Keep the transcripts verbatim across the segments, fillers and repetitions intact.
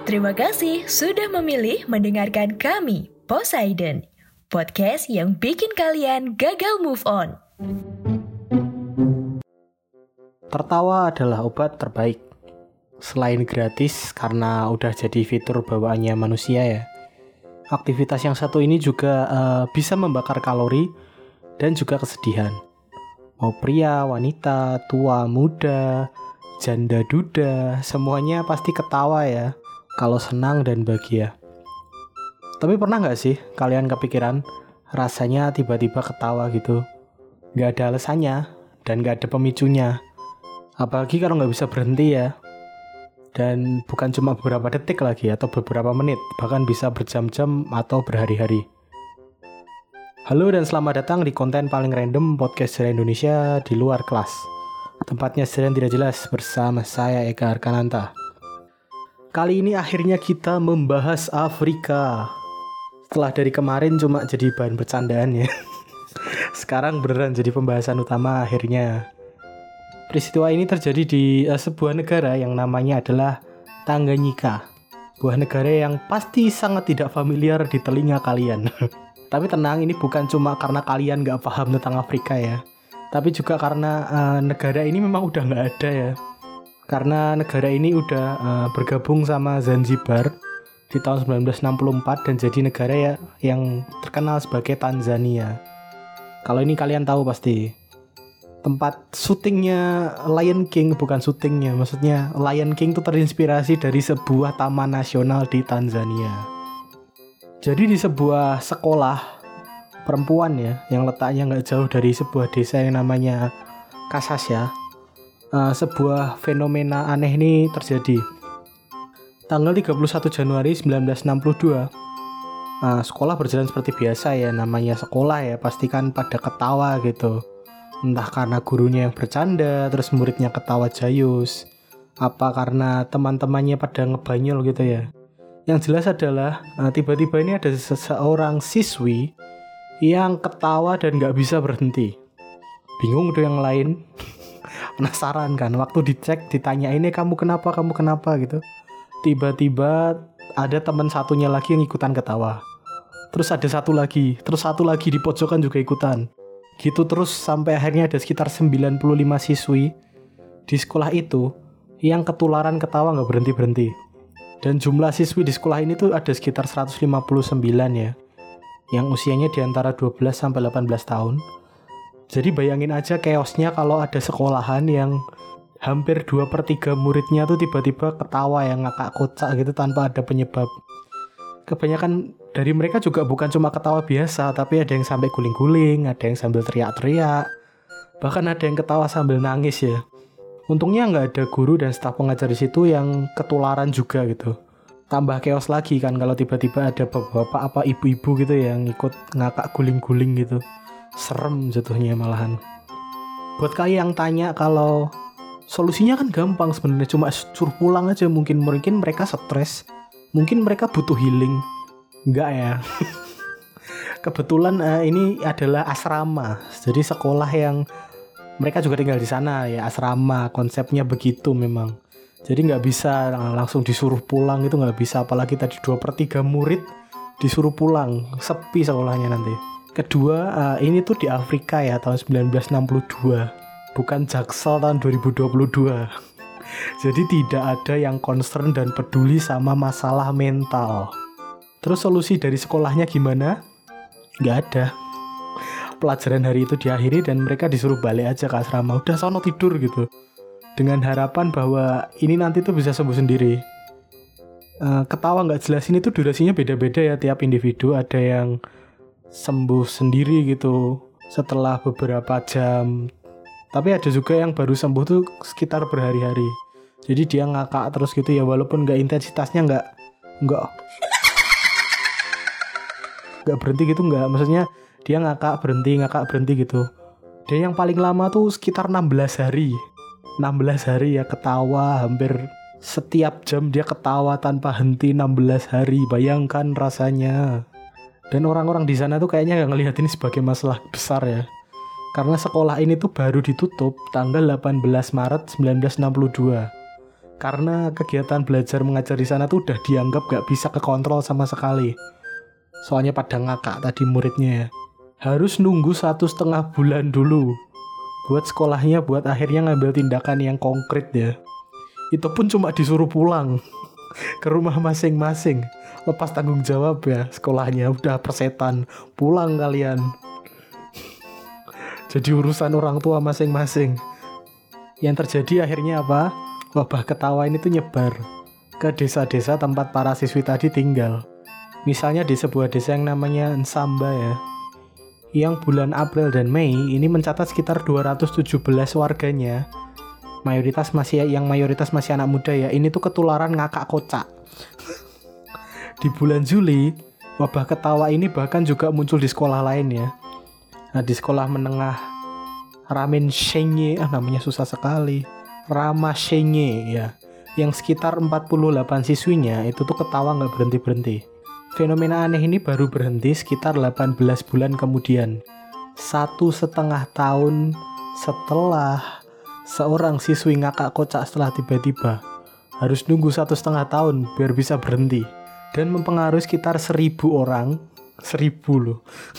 Terima kasih sudah memilih mendengarkan kami, Poseidon, podcast yang bikin kalian gagal move on. Tertawa adalah obat terbaik. Selain gratis karena udah jadi fitur bawaannya manusia ya. Aktivitas yang satu ini juga uh, bisa membakar kalori dan juga kesedihan. Mau pria, wanita, tua, muda, janda, duda, semuanya pasti ketawa ya kalau senang dan bahagia. Tapi pernah gak sih kalian kepikiran rasanya tiba-tiba ketawa gitu? Gak ada alasannya dan gak ada pemicunya. Apalagi kalau gak bisa berhenti ya. Dan bukan cuma beberapa detik lagi atau beberapa menit, bahkan bisa berjam-jam atau berhari-hari. Halo dan selamat datang di konten paling random podcast sejarah Indonesia di luar kelas. Tempatnya sejarah tidak jelas bersama saya Eka Arkananta. Kali ini akhirnya kita membahas Afrika. Setelah dari kemarin cuma jadi bahan bercandaan ya. Sekarang beneran jadi pembahasan utama akhirnya. Peristiwa ini terjadi di uh, sebuah negara yang namanya adalah Tanganyika. Sebuah negara yang pasti sangat tidak familiar di telinga kalian. Tapi tenang, ini bukan cuma karena kalian gak paham tentang Afrika ya. Tapi juga karena uh, negara ini memang udah gak ada ya. Karena negara ini udah uh, bergabung sama Zanzibar di tahun sembilan belas enam puluh empat dan jadi negara ya yang terkenal sebagai Tanzania. Kalau ini kalian tahu pasti. Tempat syutingnya Lion King, bukan syutingnya, maksudnya Lion King itu terinspirasi dari sebuah taman nasional di Tanzania. Jadi di sebuah sekolah perempuan ya, yang letaknya nggak jauh dari sebuah desa yang namanya Kasasya, uh, sebuah fenomena aneh ini terjadi. Tanggal tiga puluh satu Januari sembilan belas enam puluh dua, uh, sekolah berjalan seperti biasa ya, namanya sekolah ya, pastikan pada ketawa gitu. Entah karena gurunya yang bercanda, terus muridnya ketawa jayus, apa karena teman-temannya pada ngebanyol gitu ya. Yang jelas adalah uh, tiba-tiba ini ada seseorang siswi yang ketawa dan gak bisa berhenti. Bingung tuh yang lain. Penasaran kan, waktu dicek ditanya ini kamu kenapa, kamu kenapa gitu. Tiba-tiba ada teman satunya lagi yang ikutan ketawa. Terus ada satu lagi, terus satu lagi di pojokan juga ikutan. Gitu terus sampai akhirnya ada sekitar sembilan puluh lima siswi di sekolah itu yang ketularan ketawa gak berhenti-berhenti. Dan jumlah siswi di sekolah ini tuh ada sekitar seratus lima puluh sembilan ya, yang usianya di antara dua belas sampai delapan belas tahun. Jadi bayangin aja chaosnya kalau ada sekolahan yang hampir dua per tiga muridnya tuh tiba-tiba ketawa yang ngakak kocak gitu tanpa ada penyebab. Kebanyakan dari mereka juga bukan cuma ketawa biasa, tapi ada yang sampai guling-guling, ada yang sambil teriak-teriak, bahkan ada yang ketawa sambil nangis ya. Untungnya nggak ada guru dan staf pengajar di situ yang ketularan juga gitu. Tambah chaos lagi kan kalau tiba-tiba ada bapak-bapak apa ibu-ibu gitu yang ikut ngakak guling-guling gitu. Serem jatuhnya malahan. Buat kalian yang tanya kalau solusinya kan gampang sebenarnya, cuma suruh pulang aja. Mungkin mungkin mereka stres, mungkin mereka butuh healing. Enggak ya. Kebetulan uh, ini adalah asrama, jadi sekolah yang mereka juga tinggal di sana ya, asrama konsepnya begitu memang. Jadi nggak bisa langsung disuruh pulang, itu nggak bisa, apalagi tadi dua per tiga murid disuruh pulang, sepi sekolahnya nanti. Kedua, uh, ini tuh di Afrika ya, tahun sembilan belas enam puluh dua, bukan Jaksel tahun dua ribu dua puluh dua. Jadi tidak ada yang concern dan peduli sama masalah mental. Terus solusi dari sekolahnya gimana? Nggak ada. Pelajaran hari itu diakhiri dan mereka disuruh balik aja ke asrama. Udah sono tidur gitu. Dengan harapan bahwa ini nanti tuh bisa sembuh sendiri. Uh, ketawa nggak jelas ini tuh durasinya beda-beda ya tiap individu. Ada yang sembuh sendiri gitu setelah beberapa jam. Tapi ada juga yang baru sembuh tuh sekitar berhari-hari. Jadi dia ngakak terus gitu ya, walaupun nggak intensitasnya nggak nggak nggak berhenti gitu, nggak, maksudnya dia ngakak berhenti ngakak berhenti gitu. Dan yang paling lama tuh sekitar enam belas hari enam belas hari ya ketawa, hampir setiap jam dia ketawa tanpa henti enam belas hari. Bayangkan rasanya. Dan orang-orang di sana tuh kayaknya nggak ngelihat ini sebagai masalah besar ya, karena sekolah ini tuh baru ditutup tanggal delapan belas Maret sembilan belas enam puluh dua. Karena kegiatan belajar mengajar di sana tuh udah dianggap gak bisa kekontrol sama sekali. Soalnya pada ngakak tadi muridnya ya. Harus nunggu satu setengah bulan dulu buat sekolahnya buat akhirnya ngambil tindakan yang konkret ya. Itu pun cuma disuruh pulang ke rumah masing-masing. Lepas tanggung jawab ya sekolahnya. Udah persetan, pulang kalian. Jadi urusan orang tua masing-masing. Yang terjadi akhirnya apa? Wabah ketawa ini tuh nyebar ke desa-desa tempat para siswi tadi tinggal. Misalnya di sebuah desa yang namanya Nsamba ya, yang bulan April dan Mei ini mencatat sekitar dua ratus tujuh belas warganya, mayoritas masih yang mayoritas masih anak muda ya, ini tuh ketularan ngakak kocak. Di bulan Juli, wabah ketawa ini bahkan juga muncul di sekolah lain ya. Nah di sekolah menengah Ramen Shenye, ah namanya susah sekali. Ramashenye ya, yang sekitar empat puluh delapan siswinya itu tuh ketawa gak berhenti-berhenti. Fenomena aneh ini baru berhenti sekitar delapan belas bulan kemudian. Satu setengah tahun setelah seorang siswi ngakak kocak setelah tiba-tiba harus nunggu satu setengah tahun biar bisa berhenti. Dan mempengaruhi sekitar seribu orang, seribu loh.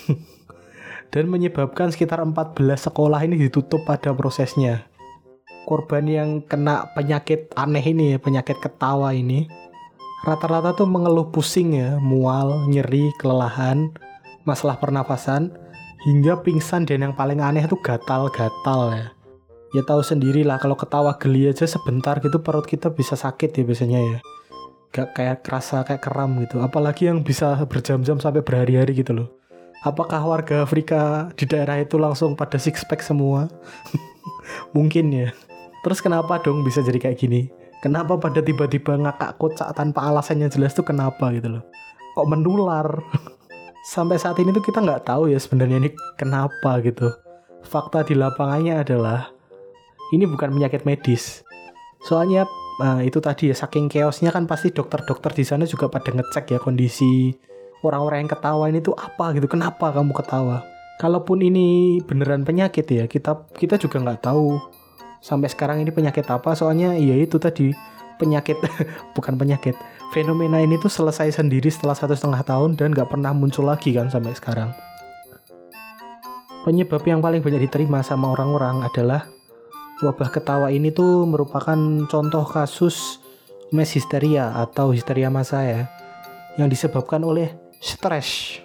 Dan menyebabkan sekitar empat belas sekolah ini ditutup pada prosesnya. Korban yang kena penyakit aneh ini ya, penyakit ketawa ini, rata-rata tuh mengeluh pusing ya, mual, nyeri, kelelahan, masalah pernafasan, hingga pingsan, dan yang paling aneh tuh gatal-gatal ya. Ya tahu sendiri lah, kalau ketawa geli aja sebentar gitu perut kita bisa sakit ya biasanya ya. Gak kayak kerasa kayak kram gitu, apalagi yang bisa berjam-jam sampai berhari-hari gitu loh. Apakah warga Afrika di daerah itu langsung pada six pack semua? Mungkin ya. Terus kenapa dong bisa jadi kayak gini? Kenapa pada tiba-tiba ngakak kocak tanpa alasan yang jelas tuh kenapa gitu loh? Kok menular? Sampai saat ini tuh kita nggak tahu ya sebenarnya ini kenapa gitu. Fakta di lapangannya adalah ini bukan penyakit medis. Soalnya nah, itu tadi ya saking chaosnya kan pasti dokter-dokter di sana juga pada ngecek ya kondisi orang-orang yang ketawa ini tuh apa gitu. Kenapa kamu ketawa? Kalaupun ini beneran penyakit ya, kita kita juga nggak tahu sampai sekarang ini penyakit apa. Soalnya ya itu tadi penyakit bukan penyakit, fenomena ini tuh selesai sendiri setelah satu setengah tahun dan gak pernah muncul lagi kan sampai sekarang. Penyebab yang paling banyak diterima sama orang-orang adalah wabah ketawa ini tuh merupakan contoh kasus mass hysteria atau histeria massa ya, yang disebabkan oleh stres.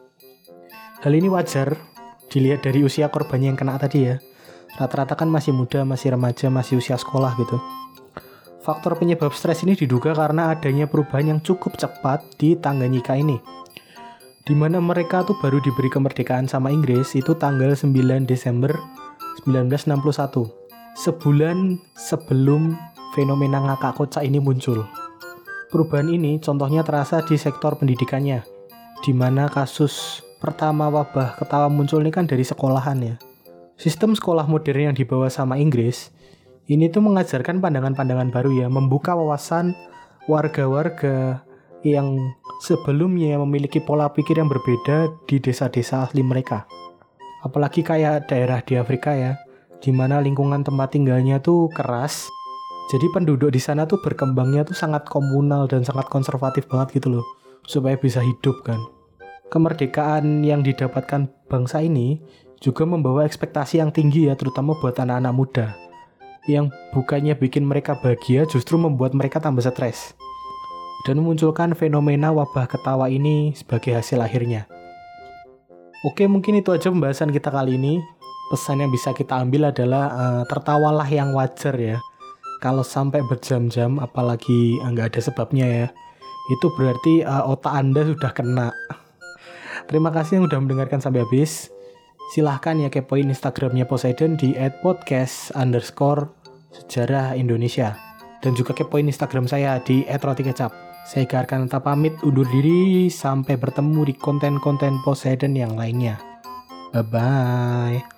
Hal ini wajar dilihat dari usia korbannya yang kena tadi ya. Rata-rata kan masih muda, masih remaja, masih usia sekolah gitu. Faktor penyebab stres ini diduga karena adanya perubahan yang cukup cepat di Tanganyika ini. Di mana mereka tuh baru diberi kemerdekaan sama Inggris itu tanggal sembilan Desember seribu sembilan ratus enam puluh satu. Sebulan sebelum fenomena ngakak kocak ini muncul. Perubahan ini contohnya terasa di sektor pendidikannya. Di mana kasus pertama wabah ketawa muncul ini kan dari sekolahan ya. Sistem sekolah modern yang dibawa sama Inggris ini tuh mengajarkan pandangan-pandangan baru ya, membuka wawasan warga-warga yang sebelumnya memiliki pola pikir yang berbeda di desa-desa asli mereka. Apalagi kayak daerah di Afrika ya, di mana lingkungan tempat tinggalnya tuh keras. Jadi penduduk di sana tuh berkembangnya tuh sangat komunal dan sangat konservatif banget gitu loh, supaya bisa hidup kan. Kemerdekaan yang didapatkan bangsa ini juga membawa ekspektasi yang tinggi ya, terutama buat anak-anak muda. Yang bukannya bikin mereka bahagia, justru membuat mereka tambah stres. Dan memunculkan fenomena wabah ketawa ini sebagai hasil akhirnya. Oke, mungkin itu aja pembahasan kita kali ini. Pesan yang bisa kita ambil adalah uh, tertawalah yang wajar ya. Kalau sampai berjam-jam, apalagi nggak ada sebabnya ya, itu berarti uh, otak Anda sudah kena. Terima kasih yang udah mendengarkan sampai habis. Silahkan ya kepoin Instagramnya Poseidon di et podcast underscore sejarah Indonesia. Dan juga kepoin Instagram saya di et roti kecap. Saya Garkananta pamit undur diri. Sampai bertemu di konten-konten Poseidon yang lainnya. Bye-bye.